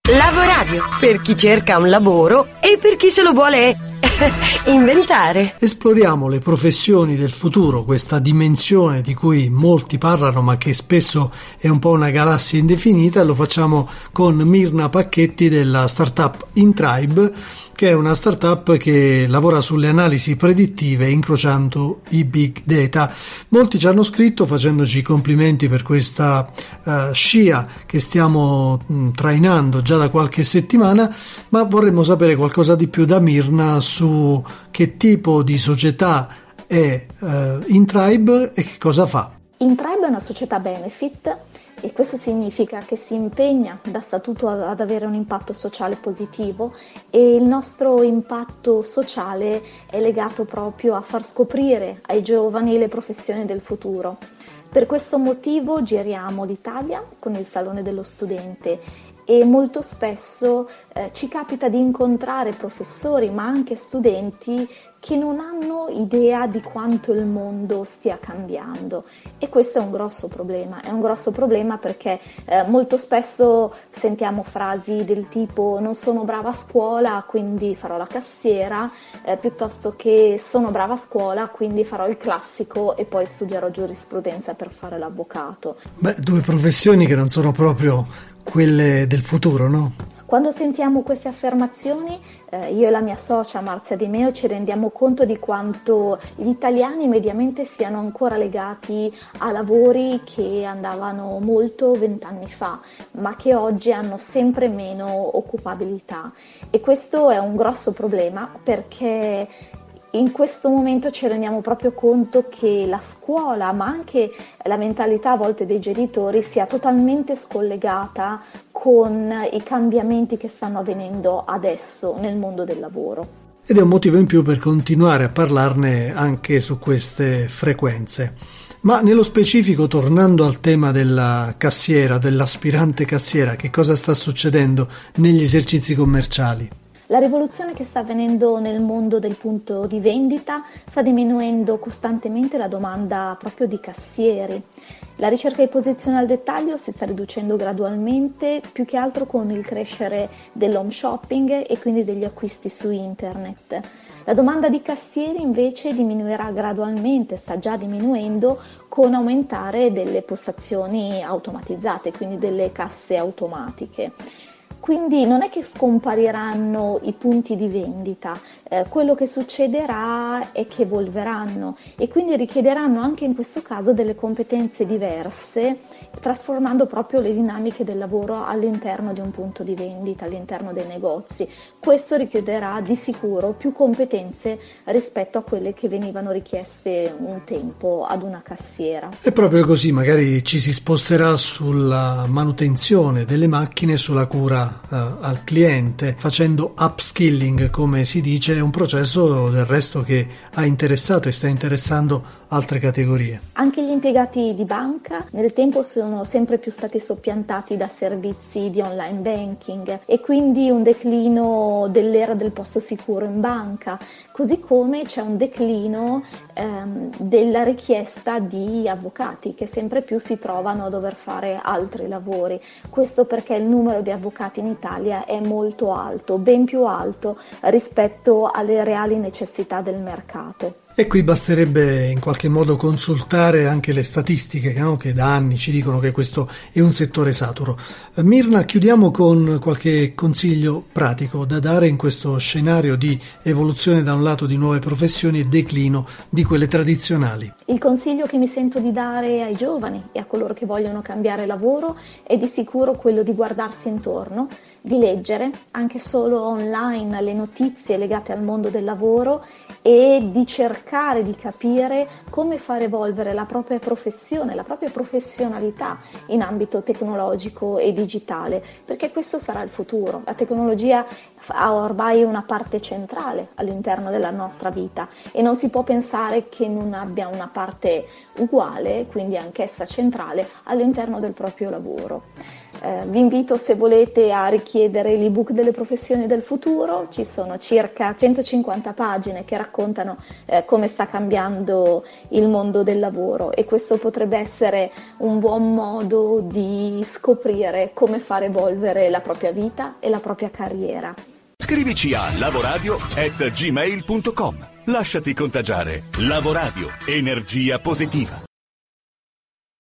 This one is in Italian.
Lavoradio, per chi cerca un lavoro e per chi se lo vuole inventare. Esploriamo le professioni del futuro, questa dimensione di cui molti parlano ma che spesso è un po' una galassia indefinita, e lo facciamo con Mirna Pacchetti della startup Intribe, che è una startup che lavora sulle analisi predittive incrociando i big data. Molti ci hanno scritto facendoci complimenti per questa scia che stiamo trainando già da qualche settimana, ma vorremmo sapere qualcosa di più da Mirna su che tipo di società è Intribe e che cosa fa. Intribe è una società benefit e questo significa che si impegna da statuto ad avere un impatto sociale positivo, e il nostro impatto sociale è legato proprio a far scoprire ai giovani le professioni del futuro. Per questo motivo giriamo l'Italia con il Salone dello Studente e molto spesso ci capita di incontrare professori ma anche studenti che non hanno idea di quanto il mondo stia cambiando, e questo è un grosso problema perché molto spesso sentiamo frasi del tipo non sono brava a scuola quindi farò la cassiera, piuttosto che sono brava a scuola quindi farò il classico e poi studierò giurisprudenza per fare l'avvocato. Due professioni che non sono proprio quelle del futuro, no? Quando sentiamo queste affermazioni, io e la mia socia Marzia Di Meo ci rendiamo conto di quanto gli italiani mediamente siano ancora legati a lavori che andavano molto 20 anni fa, ma che oggi hanno sempre meno occupabilità. E questo è un grosso problema perché in questo momento ci rendiamo proprio conto che la scuola, ma anche la mentalità a volte dei genitori, sia totalmente scollegata con i cambiamenti che stanno avvenendo adesso nel mondo del lavoro. Ed è un motivo in più per continuare a parlarne anche su queste frequenze. Ma nello specifico, tornando al tema della cassiera, dell'aspirante cassiera, che cosa sta succedendo negli esercizi commerciali? La rivoluzione che sta avvenendo nel mondo del punto di vendita sta diminuendo costantemente la domanda proprio di cassieri. La ricerca di posizione al dettaglio si sta riducendo gradualmente, più che altro con il crescere dell'home shopping e quindi degli acquisti su internet. La domanda di cassieri invece diminuirà gradualmente, sta già diminuendo, con aumentare delle postazioni automatizzate, quindi delle casse automatiche. Quindi non è che scompariranno i punti di vendita, quello che succederà è che evolveranno e quindi richiederanno anche in questo caso delle competenze diverse, trasformando proprio le dinamiche del lavoro all'interno di un punto di vendita, all'interno dei negozi. Questo richiederà di sicuro più competenze rispetto a quelle che venivano richieste un tempo ad una cassiera. È proprio così, magari ci si sposterà sulla manutenzione delle macchine, sulla cura al cliente, facendo upskilling, come si dice. È un processo del resto che ha interessato e sta interessando altre categorie. Anche gli impiegati di banca nel tempo sono sempre più stati soppiantati da servizi di online banking e quindi un declino dell'era del posto sicuro in banca, così come c'è un declino della richiesta di avvocati che sempre più si trovano a dover fare altri lavori. Questo perché il numero di avvocati in Italia è molto alto, ben più alto rispetto alle reali necessità del mercato. E qui basterebbe in qualche modo consultare anche le statistiche, no? Che da anni ci dicono che questo è un settore saturo. Mirna, chiudiamo con qualche consiglio pratico da dare in questo scenario di evoluzione da un lato di nuove professioni e declino di quelle tradizionali. Il consiglio che mi sento di dare ai giovani e a coloro che vogliono cambiare lavoro è di sicuro quello di guardarsi intorno, di leggere anche solo online le notizie legate al mondo del lavoro e di cercare di capire come far evolvere la propria professione, la propria professionalità in ambito tecnologico e digitale, perché questo sarà il futuro. La tecnologia ha ormai una parte centrale all'interno della nostra vita e non si può pensare che non abbia una parte uguale, quindi anch'essa centrale, all'interno del proprio lavoro. Vi invito, se volete, a richiedere l'ebook delle professioni del futuro. Ci sono circa 150 pagine che raccontano come sta cambiando il mondo del lavoro, e questo potrebbe essere un buon modo di scoprire come far evolvere la propria vita e la propria carriera. Scrivici a lavoradio@gmail.com. Lasciati contagiare. Lavoradio, energia positiva.